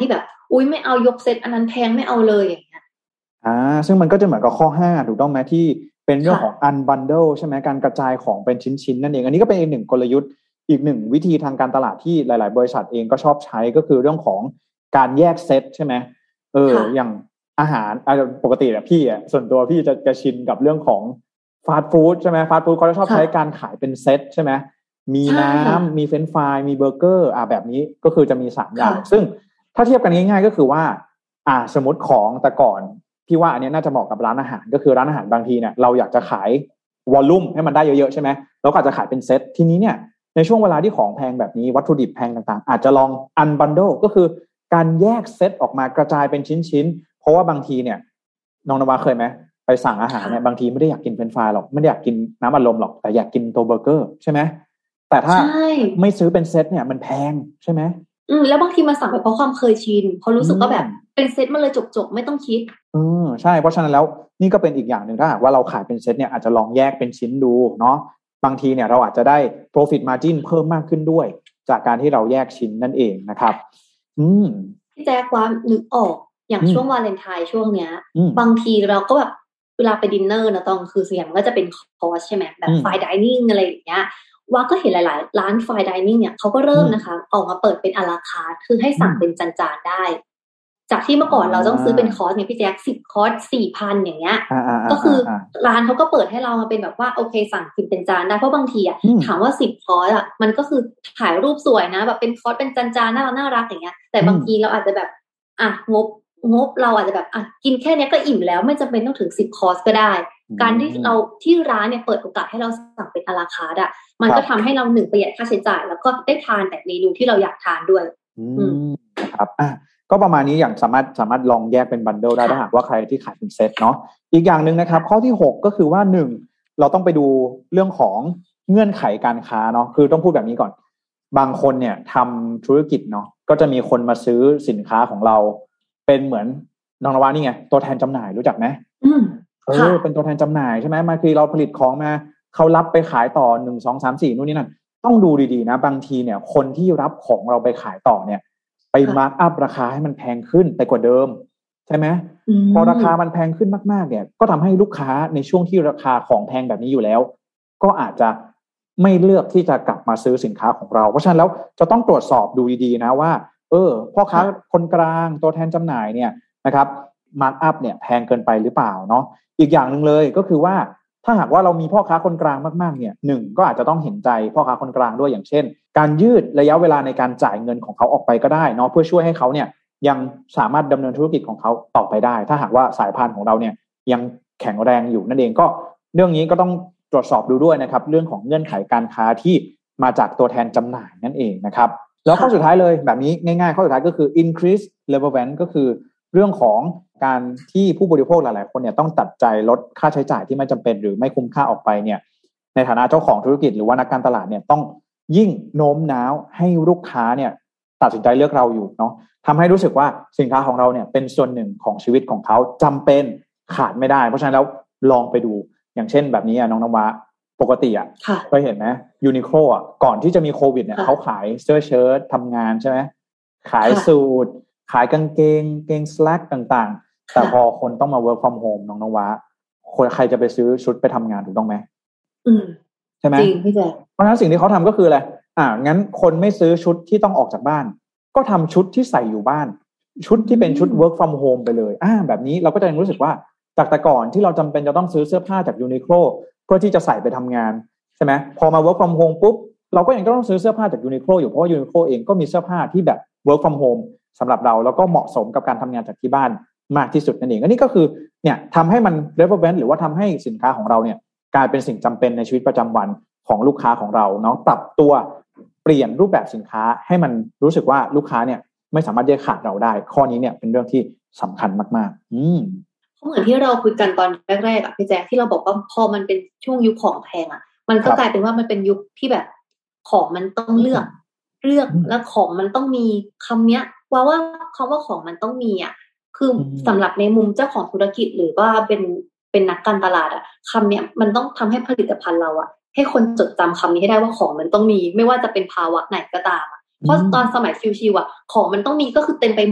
อุ๊ยไม่เอายกเซตอันนั้นแพงไม่เอาเลยอย่างเงี้ยอ่าซึ่งมันก็จะเหมือนกับข้อห้าถูกต้องไหมที่เป็นเรื่องของ unbundle ใช่ไหมการกระจายของเป็นชิ้นๆนั่นเองอันนี้ก็เป็นอีกหนึ่งกลยุทธ์อีกหนึ่งวิธีทางการตลาดที่หลายๆบริษัทเองก็ชอบใช้ก็คือเรื่องของการแยกเซตใช่ไหมเอออย่างอาหารปกติอะพี่อะส่วนตัวพี่จะจะชินกับเรื่องของฟาสต์ฟู้ดใช่ไหมฟาสต์ฟู้ดเขาจะชอบใช้การขายเป็นเซตใช่ไหมมีน้ำมีเฟรนช์ฟรายมีเบอร์เกอร์อ่ะแบบนี้ก็คือจะมีสามอย่างซึ่งถ้าเทียบกันง่ายๆก็คือว่าอ่าสมมติของแต่ก่อนพี่ว่าอันนี้น่าจะเหมาะกับร้านอาหารก็คือร้านอาหารบางทีเนี่ยเราอยากจะขายวอลลุ่มให้มันได้เยอะๆใช่ไหมเราก็อาจจะขายเป็นเซตทีนี้เนี่ยในช่วงเวลาที่ของแพงแบบนี้วัตถุดิบแพงต่างๆอาจจะลอง unbundle ก็คือการแยกเซตออกมากระจายเป็นชิ้นๆเพราะว่าบางทีเนี่ยน้องนวาเคยไหมไปสั่งอาหารเนี่ยบางทีไม่ได้อยากกินเฟรนช์ฟรายหรอกไม่ได้อยากกินน้ำอัดลมหรอกแต่อยากกินตัวเบอร์เกอร์ใช่ไหมแต่ถ้าไม่ซื้อเป็นเซตเนี่ยมันแพงใช่ไหมอืมแล้วบางทีมาสั่งไปเพราะความเคยชินเพราะรู้สึกว่าแบบเป็นเซตมาเลยจบๆไม่ต้องคิดเออใช่เพราะฉะนั้นแล้วนี่ก็เป็นอีกอย่างหนึ่งถ้าหากว่าเราขายเป็นเซตเนี่ยอาจจะลองแยกเป็นชิ้นดูเนาะบางทีเนี่ยเราอาจจะได้ profit margin เพิ่มมากขึ้นด้วยจากการที่เราแยกชิ้นนั่นเองนะครับอืมพี่แจ๊คว่านึกออกอย่างช่วงวาเลนไทน์ช่วงเนี้ยบางทีเราก็แบบเวลาไปดินเนอร์นะตอนคือส่วนใหญ่มันก็จะเป็นคอร์สใช่ไหมแบบไฟน์ไดนิ่งอะไรอย่างเงี้ยว่าก็เห็นหลายๆร้านไฟน์ไดนิ่งเนี่ยเขาก็เริ่มนะคะออกมาเปิดเป็นอะลาคาร์ทคือให้สั่งเป็นจานๆได้จากที่เมื่อก่อนเราต้องซื้อเป็นคอร์สเนี่ยพี่แจ๊คสิบคอร์สสี่พันอย่างเงี้ยก็คือร้านเขาก็เปิดให้เรามาเป็นแบบว่าโอเคสั่งกินเป็นจานได้เพราะบางทีอ่ะถามว่าสิบคอร์สอ่ะมันก็คือถ่ายรูปสวยนะแบบเป็นคอร์สเป็นจานๆน่ารักน่ารักอย่างเงี้ยแต่บางทีเราอาจจะแบบอ่ะงบงบเราอาจจะแบบอ่ะกินแค่นี้ก็อิ่มแล้วไม่จำเป็นต้องถึงสิบคอร์สก็ได้การที่เราที่ร้านเนี่ยเปิดโอกาสให้เราสั่งเป็นอะลาคาร์ทอ่ะมันก็ทำให้เราหนึ่งประหยัดค่าใช้จ่ายแล้วก็ได้ทานแต่เมนูที่เราอยากทานด้วยอืมครับอ่ะก็ประมาณนี้อย่างสามารถสามารถลองแยกเป็นบันเดิลได้ถ้าหากว่าใครที่ขายเป็นเซตเนาะอีกอย่างหนึ่งนะครับข้อที่หกก็คือว่าหนึ่งเราต้องไปดูเรื่องของเงื่อนไขการค้าเนาะคือต้องพูดแบบนี้ก่อนบางคนเนี่ยทำธุรกิจเนาะก็จะมีคนมาซื้อสินค้าของเราเป็นเหมือนน้องนวานี่ไงตัวแทนจำหน่ายรู้จักไหมอืมเออเป็นตัวแทนจำหน่ายใช่ไหมมาคือเราผลิตของมาเขารับไปขายต่อหนึ่งสองสามสี่นู่นนี่นั่นต้องดูดีๆนะบางทีเนี่ยคนที่รับของเราไปขายต่อเนี่ยไปมาร์กอัพราคาให้มันแพงขึ้นไปกว่าเดิมใช่ไหมพอราคามันแพงขึ้นมากๆเนี่ยก็ทำให้ลูกค้าในช่วงที่ราคาของแพงแบบนี้อยู่แล้วก็อาจจะไม่เลือกที่จะกลับมาซื้อสินค้าของเราเพราะฉะนั้นแล้วจะต้องตรวจสอบดูดีๆนะว่าเออพ่อค้าคนกลางตัวแทนจำหน่ายเนี่ยนะครับมาร์กอัพเนี่ยแพงเกินไปหรือเปล่าเนาะอีกอย่างหนึ่งเลยก็คือว่าถ้าหากว่าเรามีพ่อค้าคนกลางมากๆเนี่ยหนึ่งก็อาจจะต้องเห็นใจพ่อค้าคนกลางด้วยอย่างเช่นการยืดระยะเวลาในการจ่ายเงินของเขาออกไปก็ได้เนาะเพื่อช่วยให้เขาเนี่ยยังสามารถดำเนินธุรกิจของเขาต่อไปได้ถ้าหากว่าสายพานของเราเนี่ยยังแข็งแรงอยู่นั่นเองก็เรื่องนี้ก็ต้องตรวจสอบดูด้วยนะครับเรื่องของเงื่อนไขการค้าที่มาจากตัวแทนจำหน่ายนั่นเองนะครับแล้วข้อสุดท้ายเลยแบบนี้ง่ายๆข้อสุดท้ายก็คือ increase relevance ก็คือเรื่องของการที่ผู้บริโภคหลายๆคนเนี่ยต้องตัดใจลดค่าใช้จ่ายที่ไม่จำเป็นหรือไม่คุ้มค่าออกไปเนี่ยในฐานะเจ้าของธุรกิจหรือว่านักการตลาดเนี่ยต้องยิ่งโน้มน้าวให้ลูกค้าเนี่ยตัดสินใจเลือกเราอยู่เนาะทำให้รู้สึกว่าสินค้าของเราเนี่ยเป็นส่วนหนึ่งของชีวิตของเขาจำเป็นขาดไม่ได้เพราะฉะนั้นแล้วลองไปดูอย่างเช่นแบบนี้อ่ะน้องนวะปกติอ่ะเคยเห็นไหมยูนิโคลอ่ะก่อนที่จะมีโควิดเนี่ยเขาขายเสื้อเชิ้ตทำงานใช่ไหมขายสูทขายกางเกงเกงสแลกต่างๆแต่พอคนต้องมา work from home น้องนวะคนใครจะไปซื้อชุดไปทำงานถูกต้องไหมอืมใช่ไหมจริงพี่แจ๊คเพราะฉะนั้นสิ่งที่เขาทำก็คืออะไรอ่างั้นคนไม่ซื้อชุดที่ต้องออกจากบ้านก็ทำชุดที่ใส่อยู่บ้านชุดที่เป็นชุด work from home ไปเลยอ่าแบบนี้เราก็จะยังรู้สึกว่าจากแต่ก่อนที่เราจำเป็นจะต้องซื้อเสื้อผ้าจากยูนิโคลเพื่อที่จะใส่ไปทำงานใช่ไหมพอมา work from home ปุ๊บเราก็ยังต้องซื้อเสื้อผ้าจากยูนิโคลอยู่เพราะว่ายูนิโคลเองก็มีเสื้อผ้าที่แบบ work from home สำหรับเราแล้วก็เหมาะสมกับการทำงานจากที่บ้านมากที่สุดนั่นเองอันนี้ก็คือเนี่ยทำให้มัน relevant หรือว่าทำให้สินค้าของเราเนี่ยกลายเป็นสิ่งจำเป็นในชีวิตประจำวันของลูกค้าของเราเนาะปรับตัวเปลี่ยนรูปแบบสินค้าให้มันรู้สึกว่าลูกค้าเนี่ยไม่สามารถแยกขาดเราได้ข้อนี้เนี่ยเป็นเรื่องที่สำคัญมากๆอืมเหมือนที่เราคุยกันตอนแรกๆอ่ะพี่แจ๊คที่เราบอกว่าพอมันเป็นช่วงยุคของแพงอ่ะมันก็กลายเป็นว่ามันเป็นยุคที่แบบของมันต้องเลือกเลือกแล้วของมันต้องมีคำเนี้ยว่าว่าคำว่าของมันต้องมีอ่ะคือสำหรับในมุมเจ้าของธุรกิจหรือว่าเป็นเป็นนักการตลาดอ่ะคำเนี้ยมันต้องทำให้ผลิตภัณฑ์เราอ่ะให้คนจดจำคำนี้ให้ได้ว่าของมันต้องมีไม่ว่าจะเป็นภาวะไหนก็ตามเพราะตอนสมัยชิวๆอ่ะของมันต้องมีก็คือเต็มไปหมดอ่ะ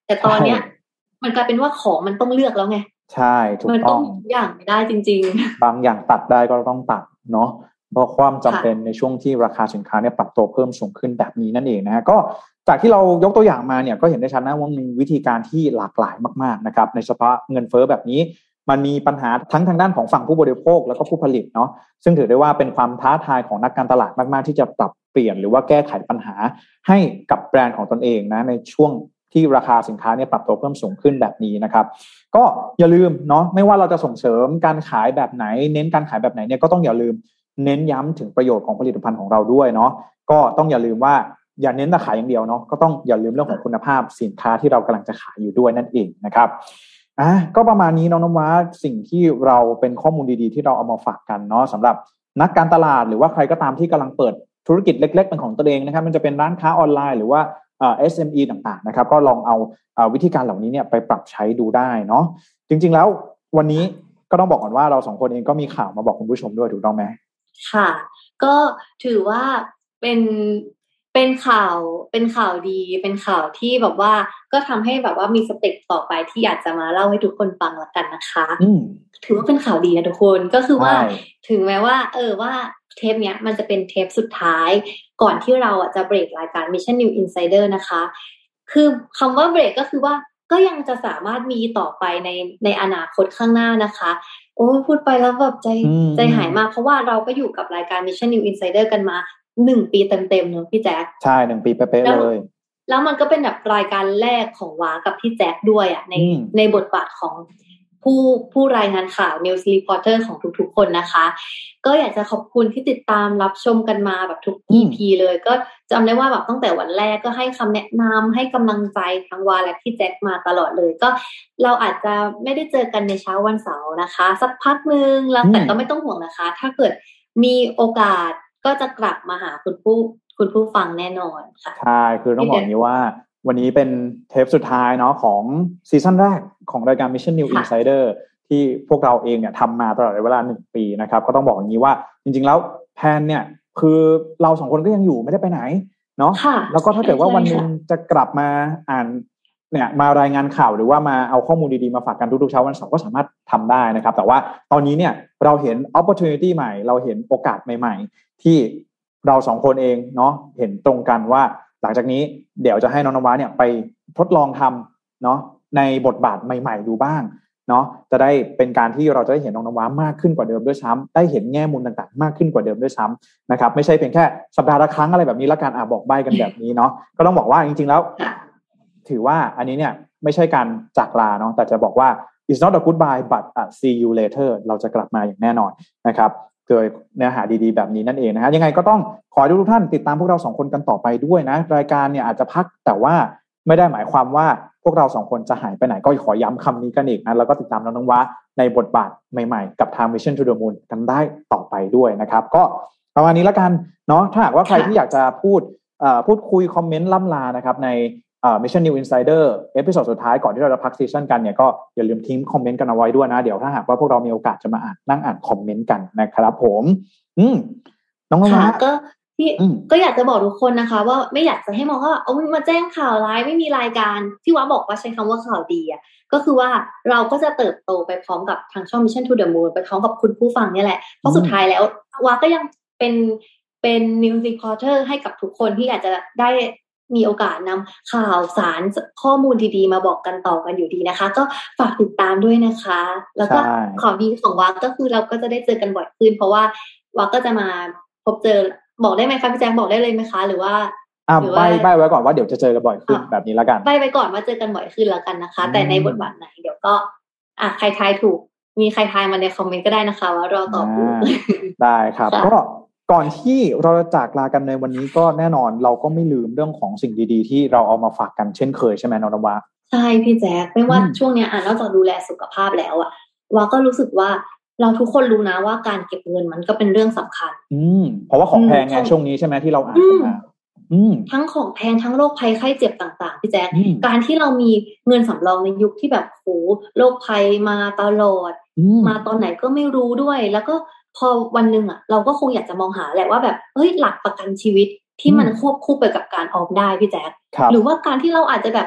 แต่ตอนเนี้ยมันกลายเป็นว่าของมันต้องเลือกแล้วไงใช่ถูกต้องมันต้องอย่างไม่ได้จริงๆบางอย่างตัดได้ก็ต้องตัดเนาะเพราะความจำเป็นในช่วงที่ราคาสินค้าเนี่ยปรับตัวเพิ่มสูงขึ้นแบบนี้นั่นเองนะฮะก็จากที่เรายกตัวอย่างมาเนี่ยก็เห็นได้ชัดนะว่ามีวิธีการที่หลากหลายมากๆนะครับในเฉพาะเงินเฟ้อแบบนี้มันมีปัญหาทั้งทางด้านของฝั่งผู้บริโภคแล้วก็ผู้ผลิตเนาะซึ่งถือได้ว่าเป็นความท้าทายของนักการตลาดมากๆที่จะปรับเปลี่ยนหรือว่าแก้ไขปัญหาให้กับแบรนด์ของตนเองนะในช่วงที่ราคาสินค้าเนี่ยปรับตัวเพิ่มสูงขึ้นแบบนี้นะครับก็อย่าลืมเนาะไม่ว่าเราจะส่งเสริมการขายแบบไหนเน้นการขายแบบไหนเนี่ยก็ต้องอย่าลืมเน้นย้ำถึงประโยชน์ของผลิตภัณฑ์ของเราด้วยเนาะก็ต้องอย่าลืมว่าอย่าเน้นแต่ขายอย่างเดียวเนาะก็ต้องอย่าลืมเรื่องของคุณภาพสินค้าที่เรากำลังจะขายอยู่ด้วยนั่นเองนะครับอ่ะก็ประมาณนี้น้องน้ำว้าสิ่งที่เราเป็นข้อมูลดีๆที่เราเอามาฝากกันเนาะสำหรับนักการตลาดหรือว่าใครก็ตามที่กำลังเปิดธุรกิจเล็กๆเป็นของตัวเองนะครับมันจะเป็นร้านค้าออนไลน์หรือว่าเอ่อ เอส เอ็ม อี ต่างๆนะครับก็ลองเอาเอ่อวิธีการเหล่านี้เนี่ยไปปรับใช้ดูได้เนาะจริงๆแล้ววันนี้ก็ต้องบอกก่อนว่าเราสองคนเองก็มีข่าวมาบอกคุณผู้ชมด้วยถูกต้องไหมค่ะก็ถือว่าเป็นเป็นข่าวเป็นข่าวดีเป็นข่าวที่แบบว่าก็ทำให้แบบว่ามีสเต็ปต่อไปที่อยากจะมาเล่าให้ทุกคนฟังละกันนะคะถือว่าเป็นข่าวดีนะทุกคนก็คือว่าถึงแม้ว่าเออว่าเทปเนี้ยมันจะเป็นเทปสุดท้ายก่อนที่เราอ่ะจะเบรกรายการ Mission New Insider นะคะคือคำว่าเบรกก็คือว่าก็ยังจะสามารถมีต่อไปในในอนาคตข้างหน้านะคะโอ้พูดไปแล้วแบบใจใจหายมากเพราะว่าเราก็อยู่กับรายการ Mission New Insider กันมาหนึ่งปีเต็มๆเนอะพี่แจ๊คใช่หนึ่งปีเป๊ะๆเลยแล้วมันก็เป็นแบบรายการแรกของว้ากับพี่แจ๊คด้วยอ่ะในในบทบาทของผู้ผู้รายงานข่าว News Reporter ของทุกๆคนนะคะก็อยากจะขอบคุณที่ติดตามรับชมกันมาแบบทุก อี พี เลยก็จำได้ว่าแบบตั้งแต่วันแรกก็ให้คำแนะนำให้กำลังใจทั้งวาและพี่แจ็คมาตลอดเลยก็เราอาจจะไม่ได้เจอกันในเช้าวันเสาร์นะคะสักพักนึงแล้วแต่ก็ไม่ต้องห่วงนะคะถ้าเกิดมีโอกาสก็จะกลับมาหาคุณผู้คุณผู้ฟังแน่นอนค่ะใช่คือต้องบอกนี้ว่าวันนี้เป็นเทปสุดท้ายเนาะของซีซั่นแรกของรายการ Mission New Insider ที่พวกเราเองเนี่ยทำมาตลอดเวลาหนึ่งปีนะครับก็ต้องบอกอย่างนี้ว่าจริงๆแล้วแพนเนี่ยคือเราสองคนก็ยังอยู่ไม่ได้ไปไหนเนาะแล้วก็ถ้าเกิดว่าวันนึงจะกลับมาอ่านเนี่ยมารายงานข่าวหรือว่ามาเอาข้อมูลดีๆมาฝากกันทุกๆเช้าวันเสาร์ก็สามารถทำได้นะครับแต่ว่าตอนนี้เนี่ยเราเห็น opportunity ใหม่เราเห็นโอกาสใหม่ๆที่เราสองคนเองเนาะเห็นตรงกันว่าหลังจากนี้เดี๋ยวจะให้น้องนวาเนี่ยไปทดลองทำเนาะในบทบาทใหม่ๆดูบ้างเนาะจะได้เป็นการที่เราจะได้เห็นน้องนวามากขึ้นกว่าเดิมด้วยซ้ำได้เห็นแง่มุมต่างๆมากขึ้นกว่าเดิมด้วยซ้ำนะครับไม่ใช่เพียงแค่สัปดาห์ละครั้งอะไรแบบนี้ละกันอ่ะบอกใบ้กันแบบนี้เนาะก็ต้องบอกว่าจริงๆแล้วถือว่าอันนี้เนี่ยไม่ใช่การจากลาเนาะแต่จะบอกว่า it's not a goodbye but a see you later เราจะกลับมาอย่างแน่นอนนะครับโดยเนื้อหาดีๆแบบนี้นั่นเองนะฮะยังไงก็ต้องขอให้ทุกท่านติดตามพวกเราสองคนกันต่อไปด้วยนะรายการเนี่ยอาจจะพักแต่ว่าไม่ได้หมายความว่าพวกเราสองคนจะหายไปไหนก็ขอย้ำคำนี้กันอีกนะแล้วก็ติดตามน้องๆว่าในบทบาทใหม่ๆกับทาง Mission to the Moon กันได้ต่อไปด้วยนะครับก็ประมาณนี้ละกันเนาะถ้าหากว่าใครที่อยากจะพูดพูดคุยคอมเมนต์ล่ำลานะครับในMission New Insider เอพิโซดสุดท้ายก่อนที่เราจะพักซีซั่นกันเนี่ยก็อย่าลืมทิ้งคอมเมนต์กันเอาไว้ด้วยนะเดี๋ยวถ้าหากว่าพวกเรามีโอกาสจะมาอ่านนั่งอ่านคอมเมนต์กันนะครับผมอืมน้องๆค่ะก็ที่ก็อยากจะบอกทุกคนนะคะว่าไม่อยากจะให้มองว่าเอามาแจ้งข่าวร้ายไม่มีรายการที่ว้าบอกว่าใช้คำว่าข่าวดีอ่ะก็คือว่าเราก็จะเติบโตไปพร้อมกับทางช่อง Mission to the Moon ไปพร้อมกับคุณผู้ฟังนี่แหละเพราะสุดท้ายแล้วว้าก็ยังเป็นเป็น News Reporter ให้กับทุกคนที่อาจจะได้มีโอกาสนำข่าวสารข้อมูลดีๆมาบอกกันต่อกันอยู่ดีนะคะก็ฝากติดตามด้วยนะคะแล้วก็ข่าวดีของว้าก็คือเราก็จะได้เจอกันบ่อยขึ้นเพราะว่าว้าก็จะมาพบเจอบอกได้ไหมคะพี่แจ๊คบอกได้เลยไหมคะหรือว่าอ่าใบใบไว้ก่อนว่าเดี๋ยวจะเจอกันบ่อยขึ้นแบบนี้แล้วกันใบไว้ก่อนว่าเจอกันบ่อยขึ้นแล้วกันนะคะแต่ในบทบาทไหนเดี๋ยวก็อ่ะใครทายถูกมีใครทายมาในคอมเมนต์ก็ได้นะคะว่ารอตอบถูกได้ครับก็ก่อนที่เราจะจากลากันในวันนี้ก็แน่นอนเราก็ไม่ลืมเรื่องของสิ่งดีๆที่เราเอามาฝากกันเช่นเคยใช่ไหมน้องนวาใช่พี่แจ๊คไม่ว่าช่วงนี้อ่ะนอกจากดูแลสุขภาพแล้วอ่ะวาก็รู้สึกว่าเราทุกคนรู้นะว่าการเก็บเงินมันก็เป็นเรื่องสำคัญอืมเพราะว่าของแพงไงช่วงนี้ใช่ไหมที่เราอ่านกันมาทั้งของแพงทั้งโรคภัยไข้เจ็บต่างๆพี่แจ๊คการที่เรามีเงินสำรองในยุคที่แบบโหโรคภัยมาตลอดมาตอนไหนก็ไม่รู้ด้วยแล้วก็พอวันนึงอ่ะเราก็คงอยากจะมองหาแหละว่าแบบเฮ้ยหลักประกันชีวิตที่มันควบคู่ไปกับการออมได้พี่แจ๊คหรือว่าการที่เราอาจจะแบบอ่ะ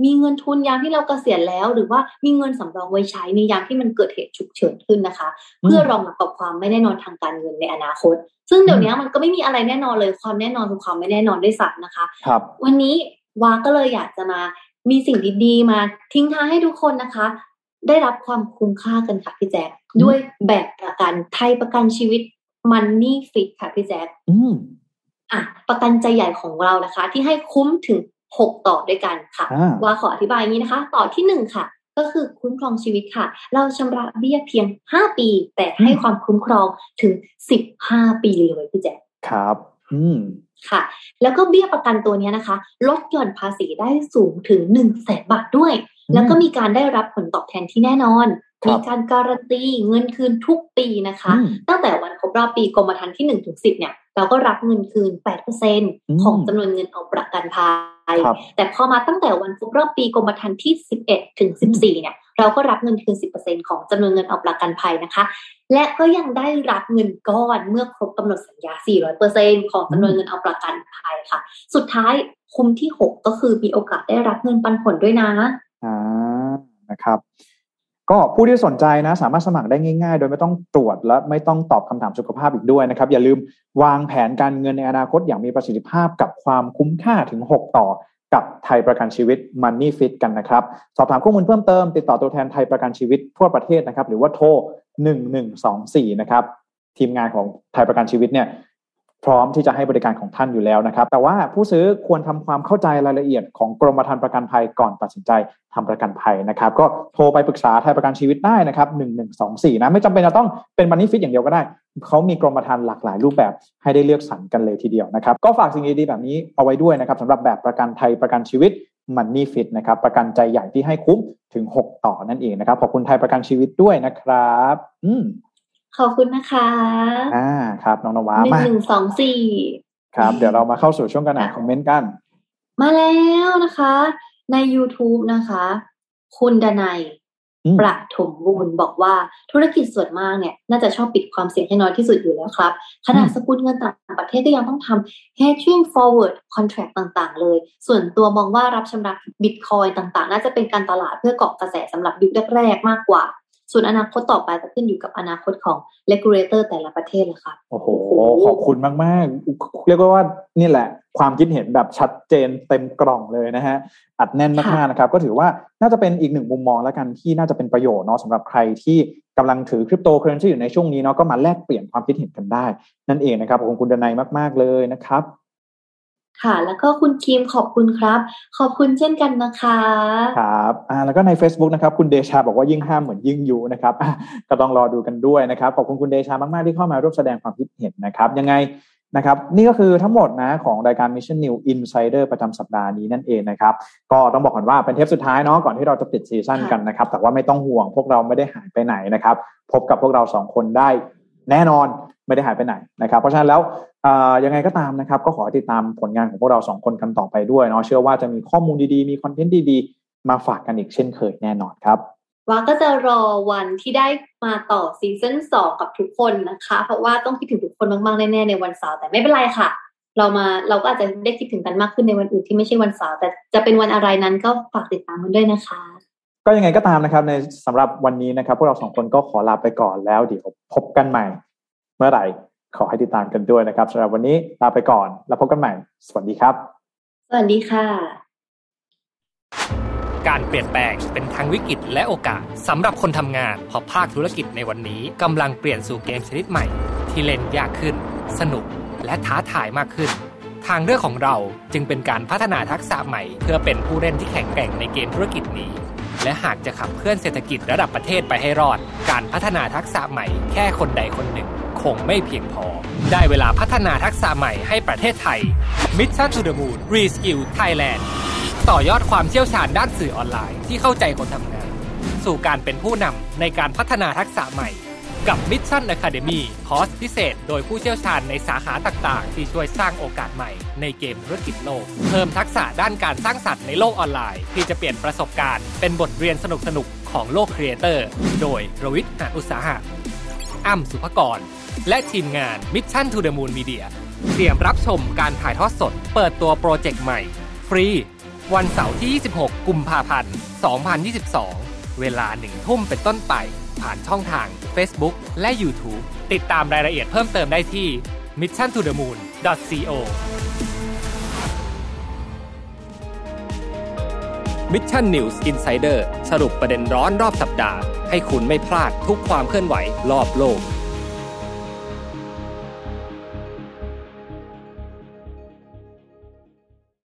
มีเงินทุนยามที่เราเกษียณแล้วหรือว่ามีเงินสำรองไว้ใช้ในยามที่มันเกิดเหตุฉุกเฉินขึ้นนะคะเพื่อรองรับกับความไม่แน่นอนทางการเงินในอนาคตซึ่งเดี๋ยวนี้มันก็ไม่มีอะไรแน่นอนเลยความแน่นอนคือความไม่แน่นอนด้วยซ้ำนะคะครับวันนี้วาก็เลยอยากจะมามีสิ่งดีๆมาทิ้งท้ายให้ทุกคนนะคะได้รับความคุ้มค่ากันค่ะพี่แจ๊คด้วยแบบประกันไทยประกันชีวิต Money Fit ค่ะพี่แจ๊คอืมอ่ะประกันใจใหญ่ของเรานะคะที่ให้คุ้มถึงหกต่อด้วยกันค่ะว่าขออธิบายอย่างนี้นะคะต่อที่หนึ่งค่ะก็คือคุ้มครองชีวิตค่ะเราชำระเบี้ยเพียงห้าปีแต่ให้ความคุ้มครองถึงสิบห้าปีเลยพี่แจ๊คครับอืมค่ะแล้วก็เบี้ยประกันตัวนี้นะคะลดหย่อนภาษีได้สูงถึง หนึ่งแสน บาทด้วยแล้วก็มีการได้รับผลตอบแทนที่แน่นอนมีการการันตีเงินคืนทุกปีนะคะตั้งแต่วันครบรอบปีกรมธรรม์ที่หนึ่งถึงสิบเนี่ยเราก็รับเงินคืน แปดเปอร์เซ็นต์ ของจำนวนเงินเอาประกันภัยแต่พอมาตั้งแต่วันครบรอบปีกรมธรรม์ที่สิบเอ็ดถึงสิบสี่เนี่ยเราก็รับเงินคืน สิบเปอร์เซ็นต์ ของจำนวนเงินเอาประกันภัยนะคะและก็ยังได้รับเงินก้อนเมื่อครบกำหนดสัญญา สี่ร้อยเปอร์เซ็นต์ ของจำนวนเงินเอาประกันภัยค่ะสุดท้ายคุ้มที่หกก็คือมีโอกาสได้รับเงินปันผลด้วยนะอ่านะครับก็ผู้ที่สนใจนะสามารถสมัครได้ง่ายๆโดยไม่ต้องตรวจและไม่ต้องตอบคำถามสุขภาพอีกด้วยนะครับอย่าลืมวางแผนการเงินในอนาคตอย่างมีประสิทธิภาพกับความคุ้มค่าถึงหกต่อกับไทยประกันชีวิต Money Fit กันนะครับสอบถามข้อมูลเพิ่มเติมติดต่อตัวแทนไทยประกันชีวิตทั่วประเทศนะครับหรือว่าโทรหนึ่งหนึ่งสองสี่นะครับทีมงานของไทยประกันชีวิตเนี่ยพร้อมที่จะให้บริการของท่านอยู่แล้วนะครับแต่ว่าผู้ซื้อควรทำความเข้าใจรายละเอียดของกรมธรรม์ประกันภัยก่อนตัดสินใจทำประกันภัยนะครับก็โทรไปปรึกษาไทยประกันชีวิตได้นะครับหนึ่งหนึ่งสองสี่นะไม่จำเป็นจะต้องเป็น Money Fit อย่างเดียวก็ได้เขามีกรมธรรม์หลากหลายรูปแบบให้ได้เลือกสรรกันเลยทีเดียวนะครับก็ฝากสิ่งดีๆแบบนี้เอาไว้ด้วยนะครับสำหรับแบบประกันไทยประกันชีวิต Money Fit นะครับประกันใจใหญ่ที่ให้คุ้มถึงหกต่อนั่นเองนะครับขอบคุณไทยประกันชีวิตด้วยนะครับอืมขอบคุณนะคะอ่าครับน้องนวามาหนึ่งสองสี่ครับเดี๋ยวเรามาเข้าสู่ช่วงการอ่านคอมเมนต์กันมาแล้วนะคะใน YouTube นะคะคุณดนัยประถมบุญบอกว่าธุรกิจส่วนมากเนี่ยน่าจะชอบปิดความเสี่ยงให้น้อยที่สุดอยู่แล้วครับขนาดสกุลเงินต่างประเทศก็ยังต้องทำ hedging forward contract ต่างๆเลยส่วนตัวมองว่ารับชำระ Bitcoin ต่างๆน่าจะเป็นการตลาดเพื่อเกาะกระแสสำหรับยุคแรกๆมากกว่าส่วนอนาคตต่อไปจะขึ้นอยู่กับอนาคตของ regulator แต่ละประเทศเลยค่ะโอ้โหขอบคุณมากๆเรียกว่านี่แหละความคิดเห็นแบบชัดเจนเต็มกล่องเลยนะฮะอัดแน่นมากๆนะครับก็ถือว่าน่าจะเป็นอีกหนึ่งมุมมองแล้วกันที่น่าจะเป็นประโยชน์เนาะสำหรับใครที่กำลังถือคริปโตเคอเรนซีอยู่ในช่วงนี้เนาะก็มาแลกเปลี่ยนความคิดเห็นกันได้นั่นเองนะครับขอบคุณคุณดนัยมากๆเลยนะครับค่ะแล้วก็คุณคิมขอบคุณครับขอบคุณเช่นกันนะคะครับอ่าแล้วก็ใน Facebook นะครับคุณเดชาบอกว่ายิ่งห้ามเหมือนยิ่งยุนะครับก็ต้องรอดูกันด้วยนะครับขอบคุณคุณเดชามากๆที่เข้ามาร่วมแสดงความคิดเห็นนะครับยังไงนะครับนี่ก็คือทั้งหมดนะของรายการ Mission New Insider ประจำสัปดาห์นี้นั่นเองนะครับก็ต้องบอกก่อนว่าเป็นเทปสุดท้ายเนาะก่อนที่เราจะปิดซีซั่นกันนะครับแต่ว่าไม่ต้องห่วงพวกเราไม่ได้หายไปไหนนะครับพบกับพวกเราสองคนได้แน่นอนไม่ได้หายไปไหนนะครับเพราะฉะนั้นแล้วยังไงก็ตามนะครับก็ขอติดตามผลงานของพวกเราสองคนกันต่อไปด้วยเนาะเชื่อว่าจะมีข้อมูลดีๆมีคอนเทนต์ดีๆมาฝากกันอีกเช่นเคยแน่นอนครับว่าก็จะรอวันที่ได้มาต่อซีซั่นสองกับทุกคนนะคะเพราะว่าต้องคิดถึงทุกคนมากๆแน่ๆในวันเสาร์แต่ไม่เป็นไรค่ะเรามาเราก็อาจจะได้คิดถึงกันมากขึ้นในวันอื่นที่ไม่ใช่วันเสาร์แต่จะเป็นวันอะไรนั้นก็ฝากติดตามกันด้วยนะคะก็ยังไงก็ตามนะครับในสำหรับวันนี้นะครับพวกเราสองคนก็ขอลาไปก่อนแล้วเดี๋ยวพบกันใหม่เมื่อไหร่ขอให้ติดตามกันด้วยนะครับสำหรับวันนี้ลาไปก่อนแล้วพบกันใหม่สวัสดีครับสวัสดีค่ะการเปลี่ยนแปลงเป็นทั้งวิกฤตและโอกาสสำหรับคนทำงานเพราะภาคธุรกิจในวันนี้กำลังเปลี่ยนสู่เกมชนิดใหม่ที่เล่นยากขึ้นสนุกและท้าทายมากขึ้นทางเลือกของเราจึงเป็นการพัฒนาทักษะใหม่เพื่อเป็นผู้เล่นที่แข็งแกร่งในเกมธุรกิจนี้และหากจะขับเคลื่อนเศรษฐกิจระดับประเทศไปให้รอดการพัฒนาทักษะใหม่แค่คนใดคนหนึ่งคงไม่เพียงพอได้เวลาพัฒนาทักษะใหม่ให้ประเทศไทย Mission to the Moon Reskill Thailand ต่อยอดความเชี่ยวชาญด้านสื่อออนไลน์ที่เข้าใจคนทำงานสู่การเป็นผู้นำในการพัฒนาทักษะใหม่กับ Mission Academy คอร์สพิเศษโดยผู้เชี่ยวชาญในสาขาต่างๆที่ช่วยสร้างโอกาสใหม่ในเกมธุรกิจโลกเพิ่มทักษะด้านการสร้างสรรค์ในโลกออนไลน์ที่จะเปลี่ยนประสบการณ์เป็นบทเรียนสนุกๆของโลกครีเอเตอร์โดยรวิทย์ หาญอุตสาหะอ้ำสุภกรและทีมงาน Mission to the Moon Media เตรียมรับชมการถ่ายทอดสดเปิดตัวโปรเจกต์ใหม่ฟรีวันเสาร์ที่ยี่สิบหกกุมภาพันธ์สองพันยี่สิบสองเวลาหนึ่งทุ่มเป็นต้นไปผ่านช่องทาง Facebook และ YouTube ติดตามรายละเอียดเพิ่มเติมได้ที่ มิชชั่นทูเดอะมูน ดอท ซี โอ Mission News Insider สรุปประเด็นร้อนรอบสัปดาห์ให้คุณไม่พลาดทุกความเคลื่อนไหวรอบโลก